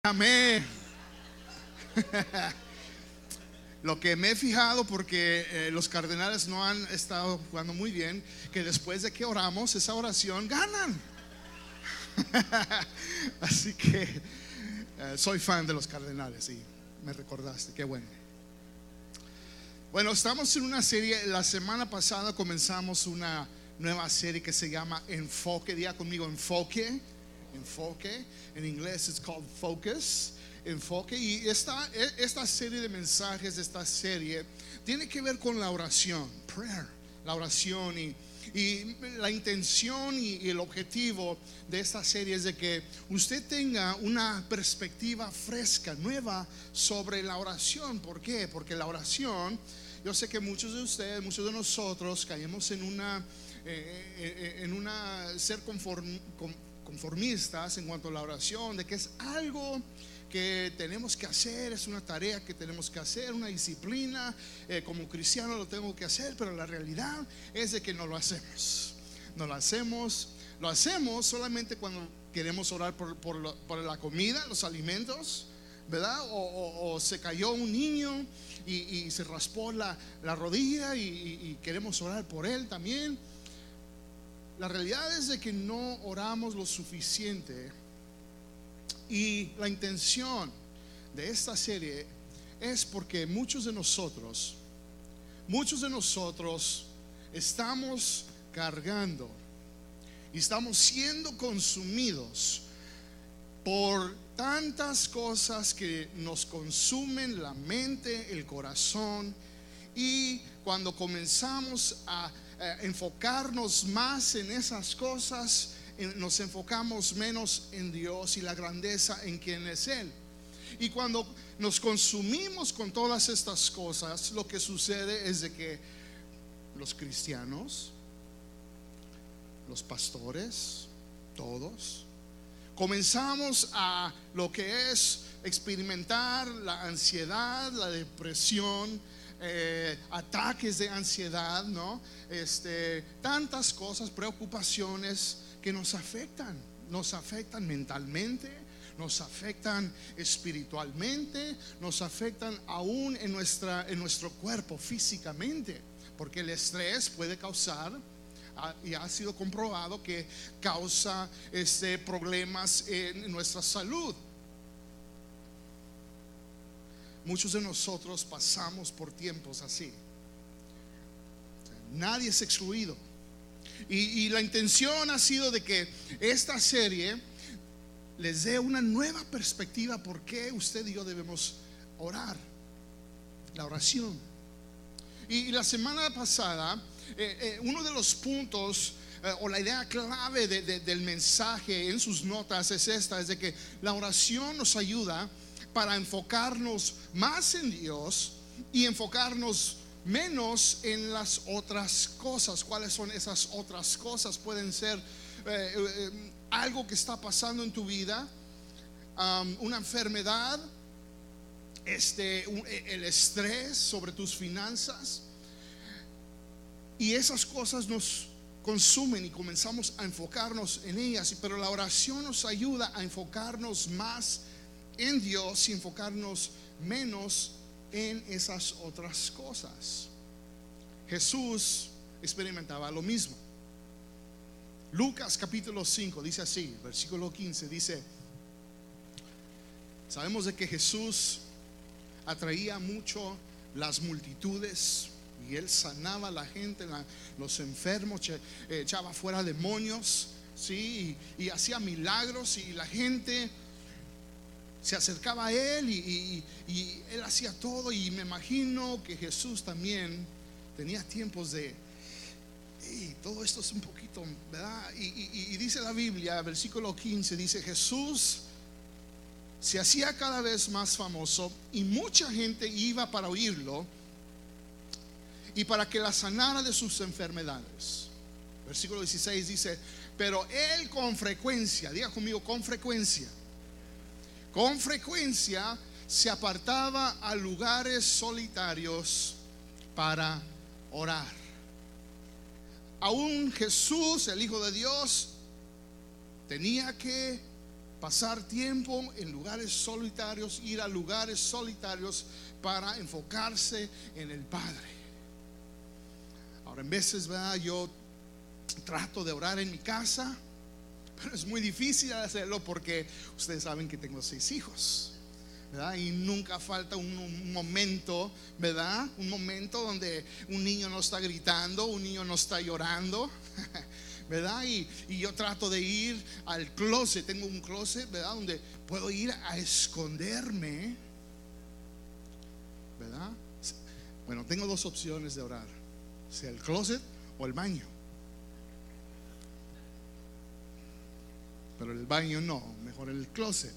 Amén. Lo que me he fijado, porque los Cardenales no han estado jugando muy bien, que después de que oramos esa oración ganan. Así que soy fan de los Cardenales y me recordaste, qué bueno. Bueno, estamos en una serie. La semana pasada comenzamos una nueva serie que se llama Enfoque. Diga conmigo, enfoque. Enfoque. En inglés es called Focus. Enfoque. Y esta serie de mensajes de esta serie tiene que ver con la oración, prayer, la oración, y la intención y el objetivo de esta serie es de que usted tenga una perspectiva fresca, nueva sobre la oración. ¿Por qué? Porque la oración, yo sé que muchos de ustedes, muchos de nosotros caemos en una ser conformistas en cuanto a la oración, de que es algo que tenemos que hacer, es una tarea que tenemos que hacer, una disciplina, como cristiano lo tengo que hacer, pero la realidad es de que no lo hacemos. No lo hacemos, lo hacemos solamente cuando queremos orar por la comida, los alimentos, ¿verdad? O se cayó un niño y se raspó la rodilla y queremos orar por él también. La realidad es de que no oramos lo suficiente. Y la intención de esta serie es porque muchos de nosotros estamos cargando y estamos siendo consumidos por tantas cosas que nos consumen la mente, el corazón. Y cuando comenzamos a enfocarnos más en esas cosas, nos enfocamos menos en Dios y la grandeza en quien es Él. Y cuando nos consumimos con todas estas cosas, lo que sucede es de que los cristianos, los pastores, todos comenzamos a lo que es experimentar la ansiedad, la depresión, ataques de ansiedad, ¿no? Tantas cosas, preocupaciones que nos afectan mentalmente, nos afectan espiritualmente, nos afectan aún en nuestro cuerpo físicamente, porque el estrés puede causar, y ha sido comprobado que causa problemas en nuestra salud. Muchos de nosotros pasamos por tiempos así. Nadie es excluido. Y la intención ha sido de que esta serie les dé una nueva perspectiva por qué usted y yo debemos orar. La oración. Y la semana pasada, uno de los puntos o la idea clave del mensaje en sus notas es esta: es de que la oración nos ayuda para enfocarnos más en Dios y enfocarnos menos en las otras cosas. ¿Cuáles son esas otras cosas? Pueden ser algo que está pasando en tu vida, una enfermedad, el estrés sobre tus finanzas, y esas cosas nos consumen y comenzamos a enfocarnos en ellas. Pero la oración nos ayuda a enfocarnos más en Dios y enfocarnos menos en esas otras cosas. Jesús experimentaba lo mismo. Lucas capítulo 5 dice así, versículo 15, dice: sabemos de que Jesús atraía mucho las multitudes y Él sanaba a la gente, los enfermos, echaba fuera demonios, ¿sí? Y hacía milagros, y la gente se acercaba a Él y Él hacía todo. Y me imagino que Jesús también tenía tiempos de todo esto es un poquito, ¿verdad? Y dice la Biblia, versículo 15, dice: Jesús se hacía cada vez más famoso y mucha gente iba para oírlo y para que la sanara de sus enfermedades. Versículo 16 dice: pero Él con frecuencia, diga conmigo, con frecuencia se apartaba a lugares solitarios para orar. Aún Jesús, el Hijo de Dios, tenía que pasar tiempo en lugares solitarios, ir a lugares solitarios para enfocarse en el Padre. Ahora, en veces, ¿verdad?, yo trato de orar en mi casa, pero es muy difícil hacerlo porque ustedes saben que tengo 6 hijos, ¿verdad? Y nunca falta un momento, ¿verdad? Un momento donde un niño no está gritando, un niño no está llorando, ¿verdad? Y yo trato de ir al closet. Tengo un closet, ¿verdad?, donde puedo ir a esconderme, ¿verdad? Bueno, tengo 2 opciones de orar, sea el closet o el baño. Pero el baño no, mejor el closet.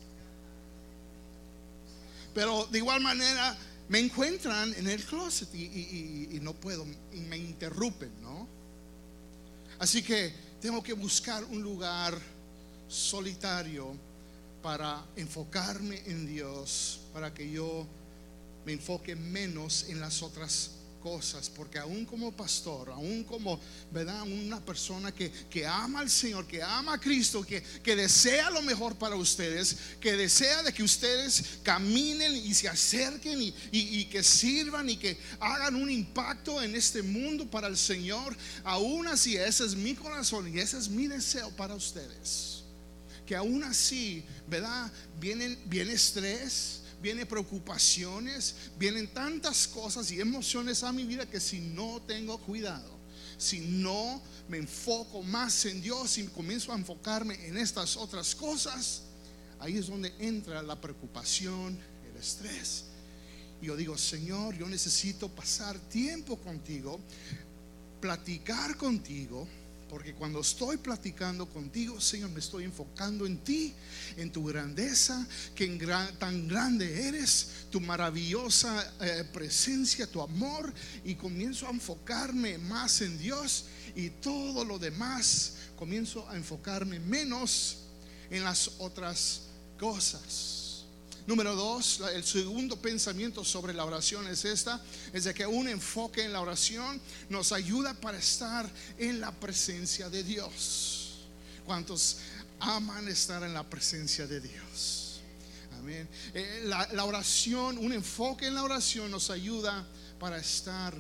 Pero de igual manera me encuentran en el closet y no puedo, y me interrumpen, ¿no? Así que tengo que buscar un lugar solitario para enfocarme en Dios, para que yo me enfoque menos en las otras cosas, porque aún como pastor, aún como, ¿verdad?, una persona que ama al Señor, que ama a Cristo, que desea lo mejor para ustedes, que desea de que ustedes caminen y se acerquen y que sirvan y que hagan un impacto en este mundo para el Señor, aún así ese es mi corazón y ese es mi deseo para ustedes, que aún así, ¿verdad?, viene estrés, vienen preocupaciones, vienen tantas cosas y emociones a mi vida, que si no tengo cuidado, si no me enfoco más en Dios y comienzo a enfocarme en estas otras cosas, ahí es donde entra la preocupación, el estrés. Y yo digo: Señor, yo necesito pasar tiempo contigo, platicar contigo, porque cuando estoy platicando contigo, Señor, me estoy enfocando en ti, en tu grandeza, que tan grande eres, tu maravillosa presencia, tu amor, y comienzo a enfocarme más en Dios, y todo lo demás comienzo a enfocarme menos en las otras cosas. Número 2, el segundo pensamiento sobre la oración es de que un enfoque en la oración nos ayuda para estar en la presencia de Dios. ¿Cuántos aman estar en la presencia de Dios? Amén. La oración, un enfoque en la oración nos ayuda para estar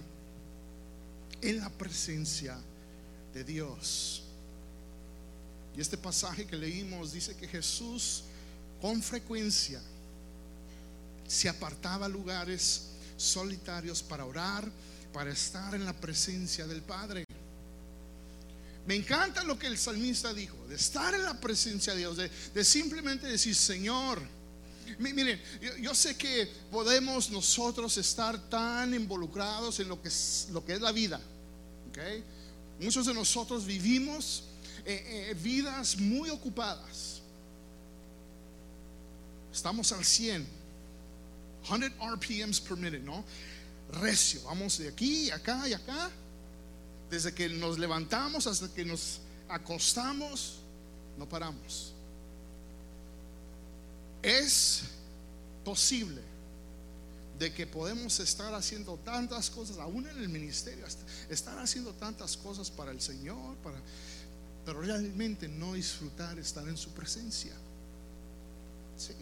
en la presencia de Dios. Y este pasaje que leímos dice que Jesús con frecuencia se apartaba a lugares solitarios para orar, para estar en la presencia del Padre. Me encanta lo que el salmista dijo, de estar en la presencia de Dios, de simplemente decir: Señor, miren, yo sé que podemos nosotros estar tan involucrados en lo que es la vida, ¿okay? Muchos de nosotros vivimos vidas muy ocupadas. Estamos al 100 RPMs per minute, ¿no? Recio, vamos de aquí, acá y acá. Desde que nos levantamos hasta que nos acostamos, no paramos. Es posible de que podemos estar haciendo tantas cosas, aún en el ministerio, estar haciendo tantas cosas para el Señor, pero realmente no disfrutar estar en su presencia. Sí.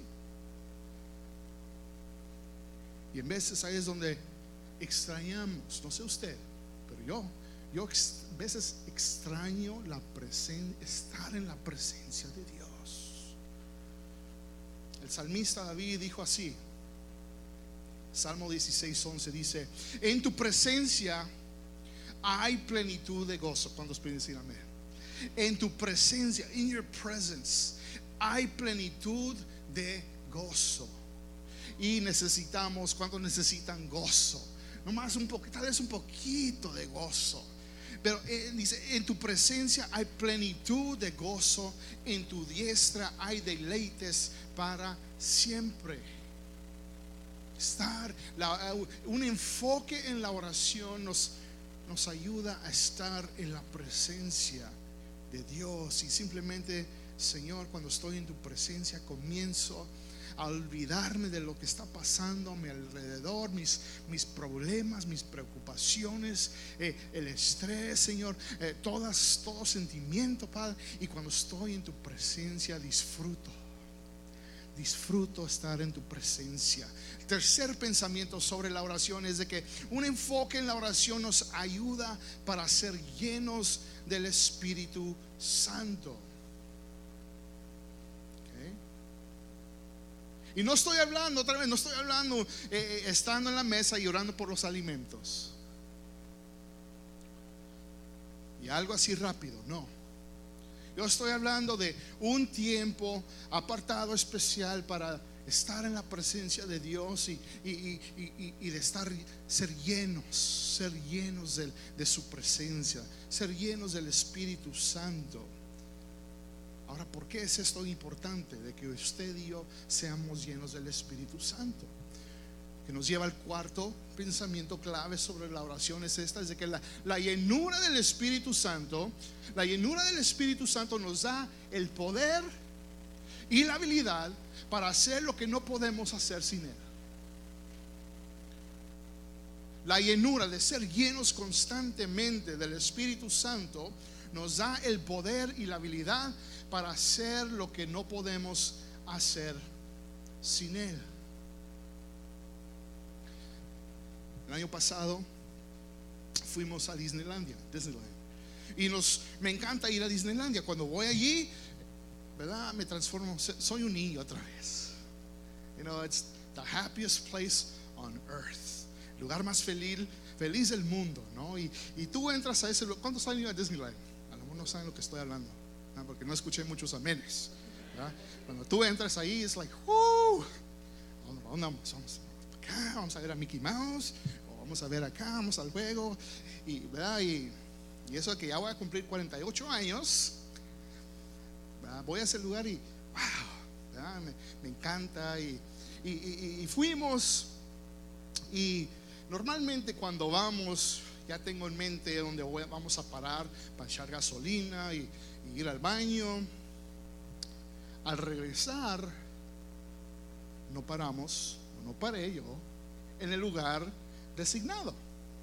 Y en veces ahí es donde extrañamos, no sé usted, pero yo a veces extraño estar en la presencia de Dios. El salmista David dijo así, Salmo 16:11 dice: en tu presencia hay plenitud de gozo. ¿Cuántos pueden decir amén? En tu presencia, in your presence, hay plenitud de gozo. Y necesitamos, ¿cuántos necesitan gozo? Nomás un poco, tal vez un poquito de gozo. Pero dice: en tu presencia hay plenitud de gozo, en tu diestra hay deleites para siempre. Un enfoque en la oración nos ayuda a estar en la presencia de Dios. Y simplemente: Señor, cuando estoy en tu presencia, comienzo a olvidarme de lo que está pasando a mi alrededor, mis problemas, mis preocupaciones, el estrés, Señor, todo sentimiento, Padre. Y cuando estoy en tu presencia, disfruto disfruto estar en tu presencia. Tercer pensamiento sobre la oración es de que un enfoque en la oración nos ayuda para ser llenos del Espíritu Santo. Y no estoy hablando, otra vez, no estoy hablando estando en la mesa y orando por los alimentos y algo así rápido, no. Yo estoy hablando de un tiempo apartado especial para estar en la presencia de Dios y de ser llenos de su presencia, ser llenos del Espíritu Santo. Ahora, ¿por qué es esto importante? De que usted y yo seamos llenos del Espíritu Santo. Que nos lleva al cuarto pensamiento clave sobre la oración es esta: es de que la llenura del Espíritu Santo, la llenura del Espíritu Santo nos da el poder y la habilidad para hacer lo que no podemos hacer sin Él. La llenura de ser llenos constantemente del Espíritu Santo nos da el poder y la habilidad para hacer lo que no podemos hacer sin Él. El año pasado fuimos a Disneyland. Y me encanta ir a Disneylandia. Cuando voy allí, ¿verdad? Me transformo, soy un niño otra vez. It's the happiest place on earth. El lugar más feliz del mundo, ¿no? Y tú entras a ese lugar. ¿Cuántos han ido a Disneyland? A lo mejor no saben lo que estoy hablando, ¿no? Porque no escuché muchos amenes, ¿verdad? Cuando tú entras ahí, es like, vamos acá, vamos a ver a Mickey Mouse, o vamos a ver acá, vamos al juego, ¿verdad? Y eso que ya voy a cumplir 48 años, ¿verdad? Voy a ese lugar y wow, ¿verdad? Me encanta. Y fuimos. Y normalmente cuando vamos, ya tengo en mente donde vamos a parar para echar gasolina y ir al baño. Al regresar, no paré yo en el lugar designado.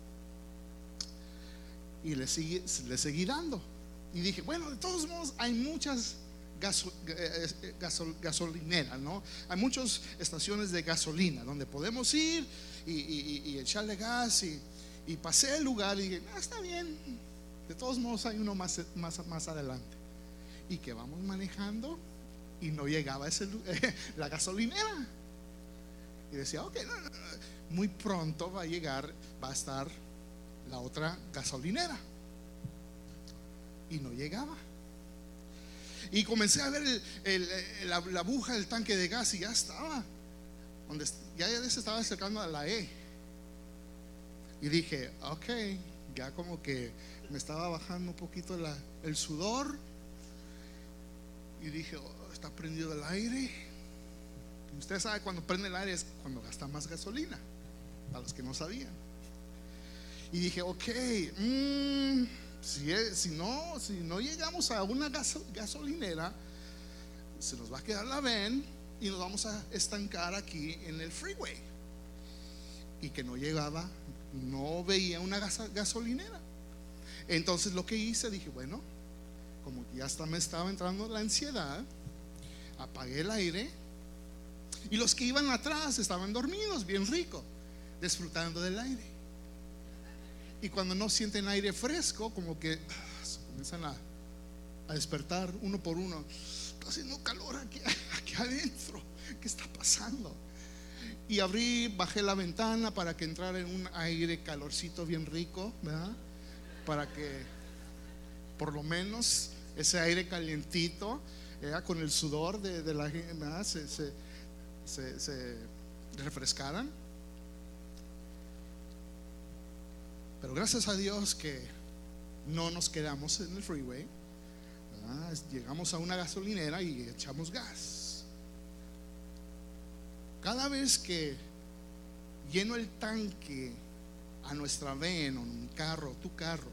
Y le seguí dando. Y dije, bueno, de todos modos hay muchas gasolineras, ¿no? Hay muchas estaciones de gasolina donde podemos ir y echarle gas. Y pasé el lugar y dije, está bien, de todos modos hay uno más adelante. Y que vamos manejando y no llegaba la gasolinera. Y decía, ok, no, muy pronto va a estar la otra gasolinera. Y no llegaba. Y comencé a ver la aguja del tanque de gas y ya estaba ya se estaba acercando a la E. Y dije, ok, ya como que me estaba bajando un poquito el sudor. Y dije, está prendido el aire. Y usted sabe, cuando prende el aire es cuando gasta más gasolina, para los que no sabían. Y dije, ok, si no llegamos a una gasolinera, se nos va a quedar la van y nos vamos a estancar aquí en el freeway. Y que no llegaba, no veía una gasolinera. Entonces lo que hice, dije, bueno, como que ya hasta me estaba entrando la ansiedad, apagué el aire. Y los que iban atrás estaban dormidos, bien rico, disfrutando del aire. Y cuando no sienten aire fresco, como que se comienzan a despertar uno por uno. Está haciendo calor aquí adentro, ¿qué está pasando? Y bajé la ventana para que entrara en un aire calorcito bien rico, ¿verdad? Para que por lo menos ese aire calientito, con el sudor de la gente, ¿verdad? se refrescaran. Pero gracias a Dios que no nos quedamos en el freeway, ¿verdad? Llegamos a una gasolinera y echamos gas. Cada vez que lleno el tanque a nuestra van o mi carro, tu carro,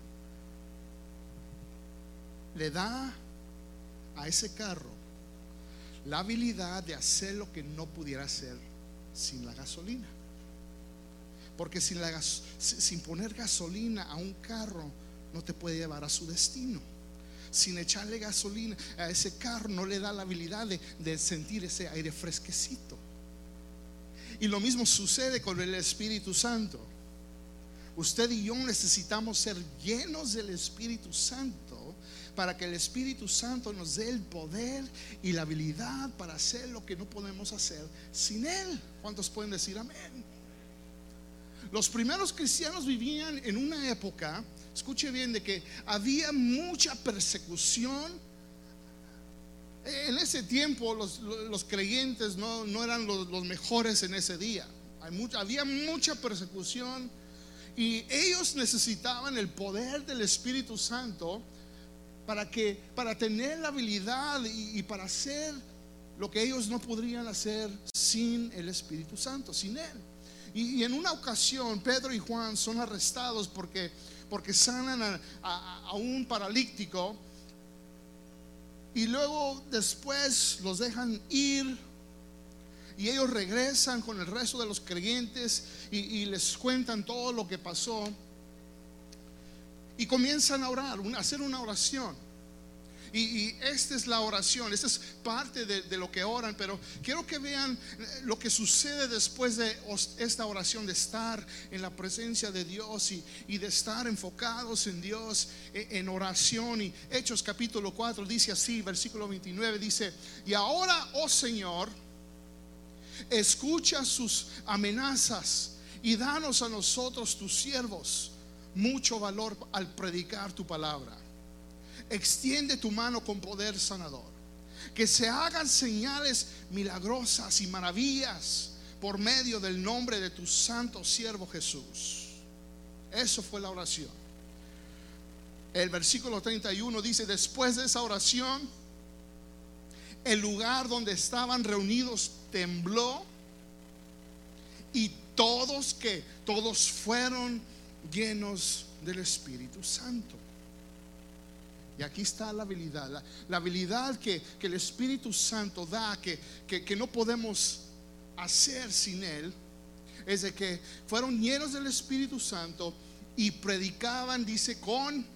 le da a ese carro la habilidad de hacer lo que no pudiera hacer sin la gasolina. Porque sin poner gasolina a un carro no te puede llevar a su destino. sin echarle gasolina a ese carro, no le da la habilidad de sentir ese aire fresquecito. Y lo mismo sucede con el Espíritu Santo. Usted y yo necesitamos ser llenos del Espíritu Santo para que el Espíritu Santo nos dé el poder y la habilidad para hacer lo que no podemos hacer sin Él. ¿Cuántos pueden decir amén? Los primeros cristianos vivían en una época, escuche bien, de que había mucha persecución. En ese tiempo los creyentes no eran los mejores en ese día. Había mucha persecución y ellos necesitaban el poder del Espíritu Santo para tener la habilidad y para hacer lo que ellos no podrían hacer sin el Espíritu Santo, sin Él. Y en una ocasión Pedro y Juan son arrestados porque sanan a un paralítico, y luego después los dejan ir, y ellos regresan con el resto de los creyentes y les cuentan todo lo que pasó, y comienzan a orar, a hacer una oración. Y esta es la oración, esta es parte de lo que oran. Pero quiero que vean lo que sucede después de esta oración, de estar en la presencia de Dios y de estar enfocados en Dios, en oración. Y Hechos capítulo 4 dice así, versículo 29, dice: y ahora, oh Señor, escucha sus amenazas y danos a nosotros, tus siervos, mucho valor al predicar tu palabra. Extiende tu mano con poder sanador, que se hagan señales milagrosas y maravillas por medio del nombre de tu santo siervo Jesús. Eso fue la oración. El versículo 31 dice: después de esa oración, el lugar donde estaban reunidos tembló, y todos fueron llenos del Espíritu Santo. Y aquí está la habilidad que el Espíritu Santo da, que no podemos hacer sin Él. Es de que fueron llenos del Espíritu Santo y predicaban, dice, con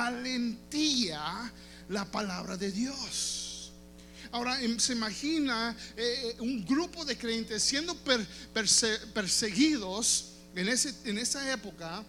valentía la palabra de Dios. Ahora se imagina un grupo de creyentes siendo perseguidos en esa época,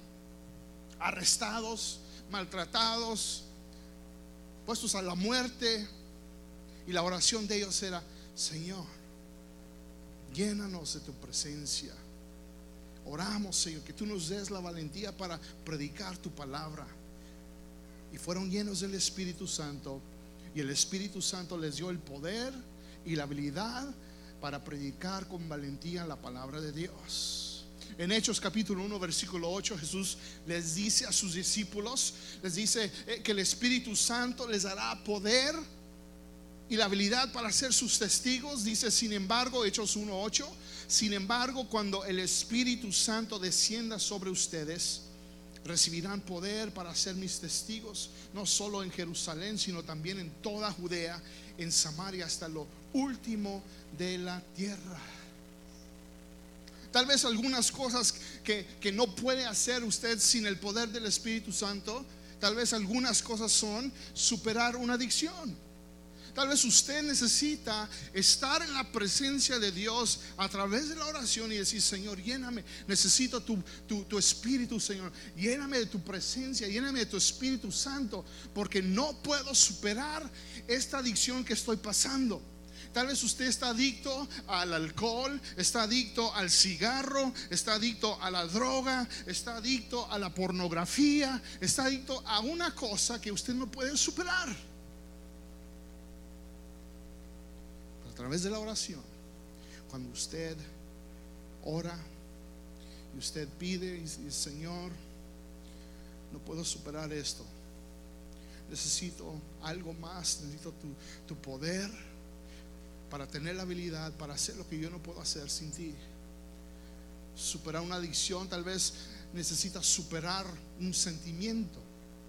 arrestados, maltratados, puestos a la muerte, y la oración de ellos era: Señor, llénanos de tu presencia. Oramos, Señor, que tú nos des la valentía para predicar tu palabra. Y fueron llenos del Espíritu Santo, y el Espíritu Santo les dio el poder y la habilidad para predicar con valentía la palabra de Dios. En Hechos capítulo 1 versículo 8, Jesús les dice a sus discípulos, les dice que el Espíritu Santo les dará poder y la habilidad para ser sus testigos. Dice, sin embargo, Hechos 1:8, sin embargo, cuando el Espíritu Santo descienda sobre ustedes, recibirán poder para ser mis testigos, no solo en Jerusalén, sino también en toda Judea, en Samaria, hasta lo último de la tierra. Tal vez algunas cosas que no puede hacer usted sin el poder del Espíritu Santo. Tal vez algunas cosas son superar una adicción. Tal vez usted necesita estar en la presencia de Dios a través de la oración y decir: Señor, lléname, necesito tu Espíritu, Señor, lléname de tu presencia, lléname de tu Espíritu Santo, porque no puedo superar esta adicción que estoy pasando. Tal vez usted está adicto al alcohol, está adicto al cigarro, está adicto a la droga, está adicto a la pornografía, está adicto a una cosa que usted no puede superar. Pero a través de la oración, cuando usted ora y usted pide y dice: Señor, no puedo superar esto, necesito algo más, necesito tu poder para tener la habilidad para hacer lo que yo no puedo hacer sin ti. Superar una adicción. Tal vez necesitas superar un sentimiento.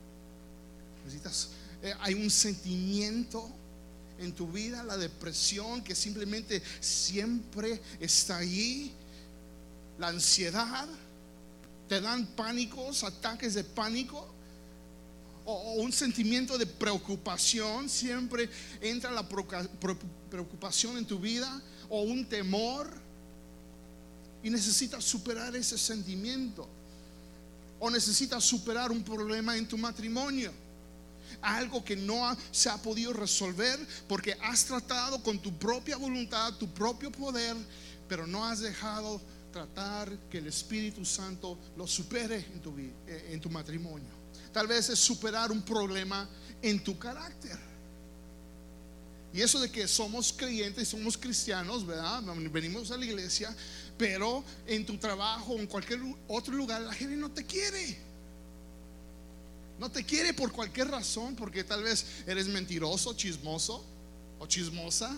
Hay un sentimiento en tu vida, la depresión, que simplemente siempre está allí. La ansiedad, te dan pánicos, ataques de pánico. o un sentimiento de preocupación, siempre entra la preocupación en tu vida, o un temor, y necesitas superar ese sentimiento, o necesitas superar un problema en tu matrimonio, algo que no se ha podido resolver porque has tratado con tu propia voluntad, tu propio poder, pero no has dejado tratar que el Espíritu Santo lo supere en tu matrimonio. Tal vez es superar un problema en tu carácter. Y eso de que somos creyentes, somos cristianos, ¿verdad? Venimos a la iglesia, pero en tu trabajo o en cualquier otro lugar la gente no te quiere. No te quiere por cualquier razón, porque tal vez eres mentiroso, chismoso o chismosa.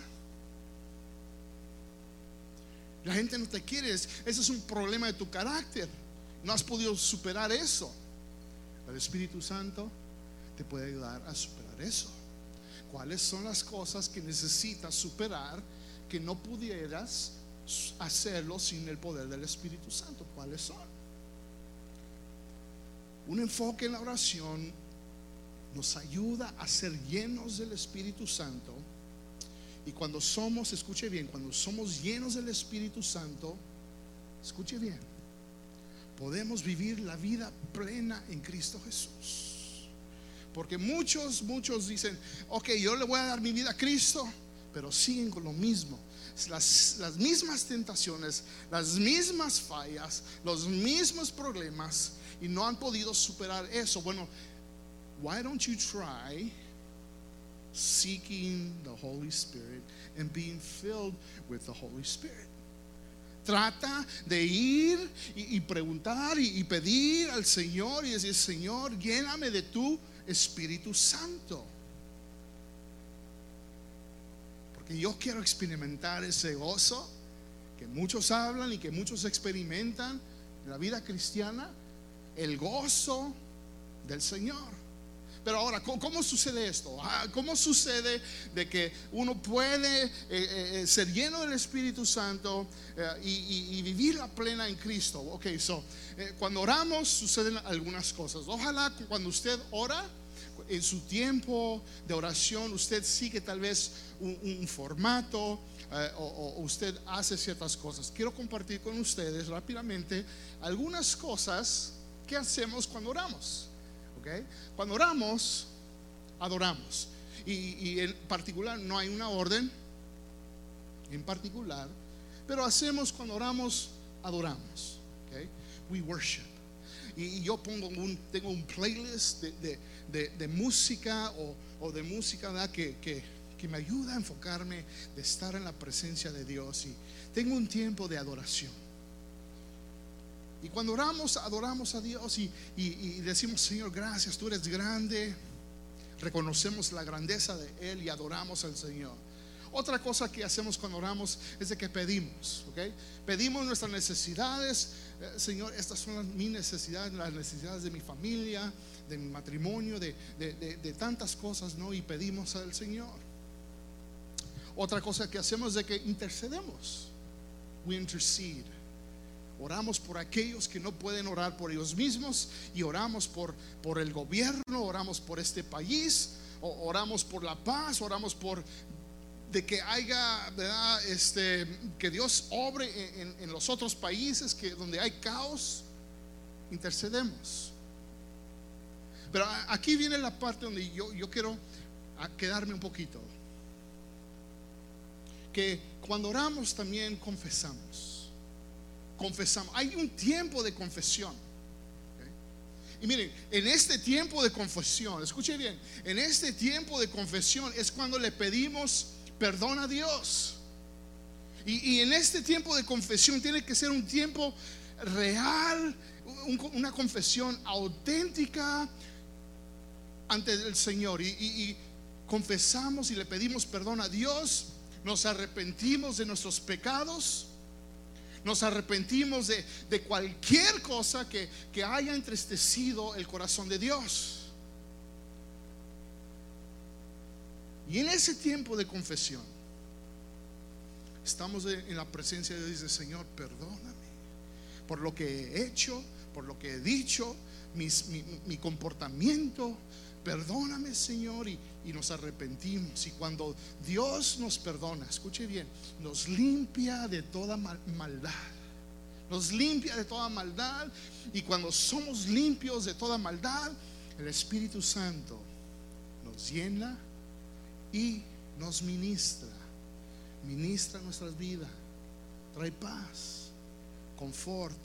La gente no te quiere. Ese es un problema de tu carácter. No has podido superar eso. El Espíritu Santo te puede ayudar a superar eso. ¿Cuáles son las cosas que necesitas superar que no pudieras hacerlo sin el poder del Espíritu Santo? ¿Cuáles son? Un enfoque en la oración nos ayuda a ser llenos del Espíritu Santo. Y cuando somos, escuche bien, cuando somos llenos del Espíritu Santo, escuche bien, podemos vivir la vida plena en Cristo Jesús. Porque muchos dicen, ok, yo le voy a dar mi vida a Cristo, pero siguen con lo mismo. Las mismas tentaciones, las mismas fallas, los mismos problemas, y no han podido superar eso. Bueno, why don't you try seeking the Holy Spirit and being filled with the Holy Spirit? Trata de ir y preguntar y pedir al Señor y decir: Señor, lléname de tu Espíritu Santo, porque yo quiero experimentar ese gozo que muchos hablan y que muchos experimentan en la vida cristiana, el gozo del Señor. Pero ahora, ¿cómo sucede esto? ¿Cómo sucede de que uno puede ser lleno del Espíritu Santo y vivir la plena en Cristo? Ok, cuando oramos suceden algunas cosas. Ojalá cuando usted ora, en su tiempo de oración, usted sigue tal vez un formato, o usted hace ciertas cosas. Quiero compartir con ustedes rápidamente algunas cosas que hacemos cuando oramos. Okay. Cuando oramos, adoramos. Y en particular, no hay una orden en particular, pero hacemos cuando oramos, adoramos. Okay. We worship. Y yo tengo un playlist de música o de música, ¿verdad? Que me ayuda a enfocarme, de estar en la presencia de Dios. Y tengo un tiempo de adoración. Y cuando oramos, adoramos a Dios y decimos: Señor, gracias, tú eres grande. Reconocemos la grandeza de Él y adoramos al Señor. Otra cosa que hacemos cuando oramos es de que pedimos, ¿okay? Pedimos nuestras necesidades. Señor, estas son mis necesidades, las necesidades de mi familia, de mi matrimonio, de tantas cosas, ¿no? Y pedimos al Señor. Otra cosa que hacemos es de que intercedemos. We intercede. Oramos por aquellos que no pueden orar por ellos mismos, y oramos por el gobierno, oramos por este país, oramos por la paz, oramos por de que haya, ¿verdad? Que Dios obre en los otros países donde hay caos. Intercedemos. Pero aquí viene la parte donde yo quiero quedarme un poquito. Que cuando oramos también confesamos. Hay un tiempo de confesión, ¿okay? Y miren, en este tiempo de confesión, escuche bien, en este tiempo de confesión es cuando le pedimos perdón a Dios. Y en este tiempo de confesión tiene que ser un tiempo real, una confesión auténtica ante el Señor. Y confesamos y le pedimos perdón a Dios. Nos arrepentimos de nuestros pecados. Nos arrepentimos de cualquier cosa que haya entristecido el corazón de Dios. Y en ese tiempo de confesión estamos en la presencia de Dios. Dice: Señor, perdóname por lo que he hecho, por lo que he dicho, mi comportamiento, perdóname, Señor, y nos arrepentimos. Y cuando Dios nos perdona, escuche bien, nos limpia de toda maldad. Nos limpia de toda maldad. Y cuando somos limpios de toda maldad, el Espíritu Santo nos llena y nos ministra nuestras vidas, trae paz, confort.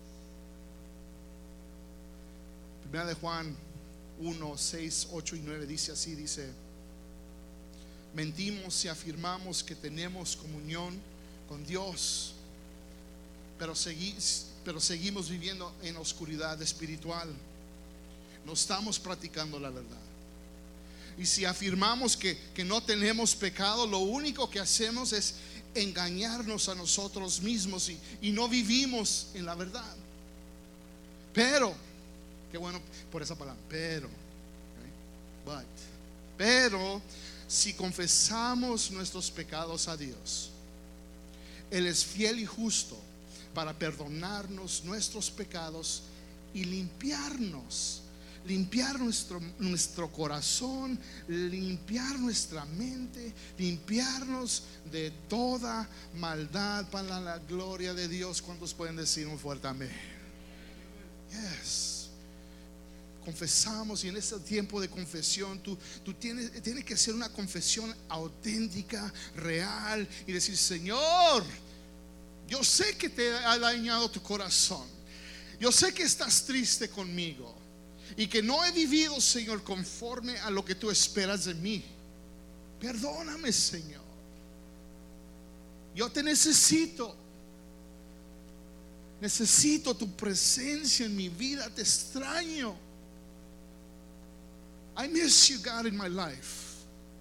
Primera de Juan 1, 6, 8 y 9 dice así, dice: mentimos si afirmamos que tenemos comunión con Dios, pero seguimos viviendo en oscuridad espiritual. No estamos practicando la verdad. Y si afirmamos que no tenemos pecado, lo único que hacemos es engañarnos a nosotros mismos y no vivimos en la verdad. Pero, qué bueno por esa palabra, pero si confesamos nuestros pecados a Dios, Él es fiel y justo para perdonarnos nuestros pecados y limpiar nuestro corazón, limpiar nuestra mente, limpiarnos de toda maldad para la gloria de Dios. ¿Cuántos pueden decir un fuerte amén? Yes. Confesamos, y en este tiempo de confesión tú tienes que hacer una confesión auténtica, real, y decir: Señor, yo sé que te ha dañado tu corazón, yo sé que estás triste conmigo y que no he vivido, Señor, conforme a lo que tú esperas de mí. Perdóname, Señor. Yo te necesito tu presencia en mi vida. Te extraño. I miss you, God, in my life.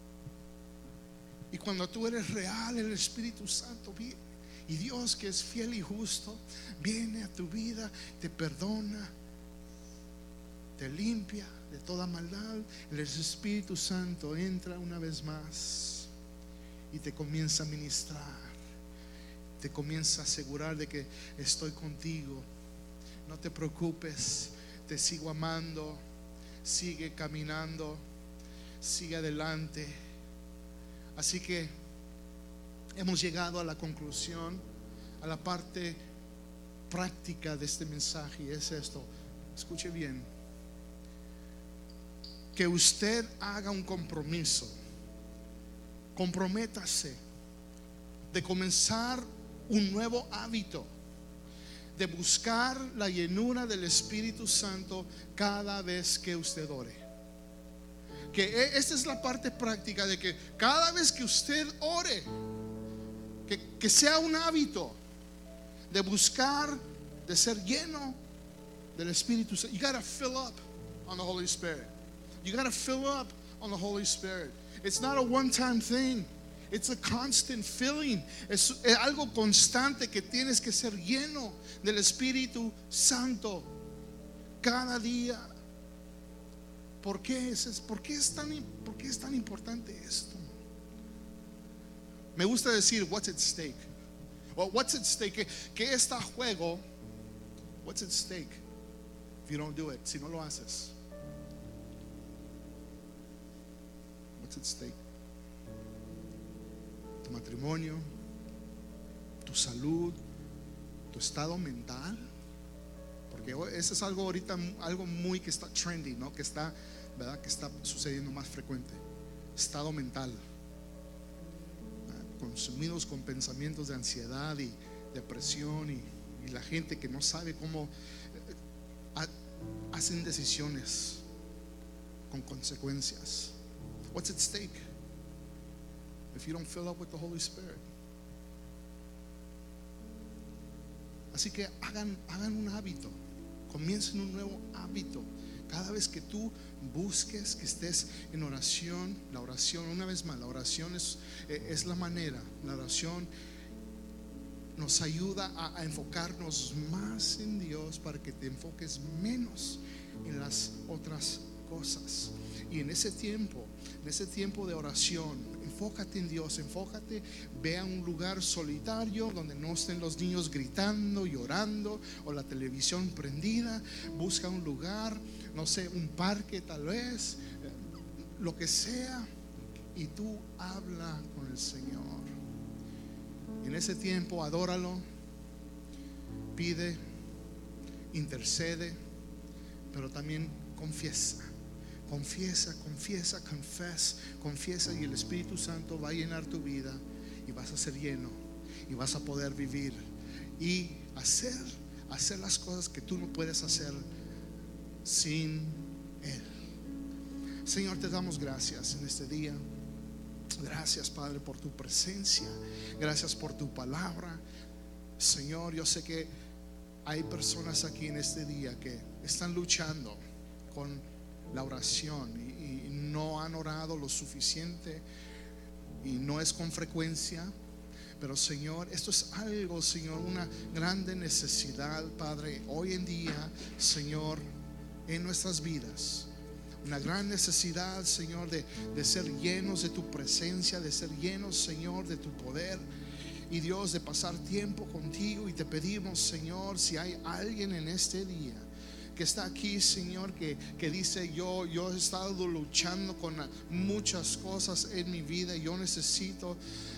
Y cuando tú eres real, el Espíritu Santo viene, y Dios, que es fiel y justo, viene a tu vida, te perdona, te limpia de toda maldad. El Espíritu Santo entra una vez más y te comienza a ministrar, te comienza a asegurar de que estoy contigo, no te preocupes, te sigo amando, sigue caminando, sigue adelante. Así que hemos llegado a la conclusión, a la parte práctica de este mensaje, y es esto. Escuche bien: que usted haga un compromiso, comprométase de comenzar un nuevo hábito, de buscar la llenura del Espíritu Santo cada vez que usted ore. Que esta es la parte práctica, de que cada vez que usted ore, que sea un hábito de buscar, de ser lleno del Espíritu Santo. You gotta fill up on the Holy Spirit. You gotta fill up on the Holy Spirit. It's not a one-time thing. It's a constant filling. Es algo constante, que tienes que ser lleno del Espíritu Santo cada día. ¿Por qué es tan importante esto? Me gusta decir what's at stake. Well, what's at stake? ¿Qué está a juego? What's at stake if you don't do it? Si no lo haces, what's at stake? Tu matrimonio, tu salud, tu estado mental. Porque eso es algo ahorita, algo muy que está trendy, ¿no? Que está, ¿verdad? Que está sucediendo más frecuente. Estado mental. Consumidos con pensamientos de ansiedad y depresión, y la gente que no sabe cómo hacen decisiones con consecuencias. What's at stake if you don't fill up with the Holy Spirit? Así que hagan un hábito, comiencen un nuevo hábito. Cada vez que tú busques, que estés en oración, la oración, una vez más, la oración es la manera. La oración nos ayuda a enfocarnos más en Dios, para que te enfoques menos en las otras cosas. Y en ese tiempo de oración, enfócate en Dios, enfócate, ve a un lugar solitario donde no estén los niños gritando, llorando, o la televisión prendida. Busca un lugar, no sé, un parque tal vez, lo que sea, y tú habla con el Señor. En ese tiempo adóralo, pide, intercede, pero también confiesa. Confiesa, y el Espíritu Santo va a llenar tu vida y vas a ser lleno y vas a poder vivir y hacer las cosas que tú no puedes hacer sin Él. Señor, te damos gracias en este día. Gracias, Padre, por tu presencia. Gracias por tu palabra. Señor, yo sé que hay personas aquí en este día que están luchando con la oración y no han orado lo suficiente, y no es con frecuencia. Pero Señor, esto es algo, Señor, una grande necesidad, Padre, hoy en día, Señor, en nuestras vidas. Una gran necesidad, Señor, de ser llenos de tu presencia, de ser llenos, Señor, de tu poder. Y Dios, de pasar tiempo contigo. Y te pedimos, Señor, si hay alguien en este día que está aquí, Señor, que dice: yo he estado luchando con muchas cosas en mi vida, yo necesito.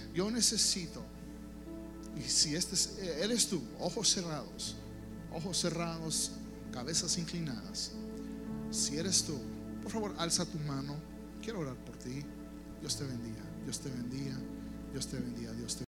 Y si eres tú, ojos cerrados, cabezas inclinadas, si eres tú, por favor, alza tu mano. Quiero orar por ti. Dios te bendiga, Dios te bendiga, Dios te bendiga, Dios te bendiga.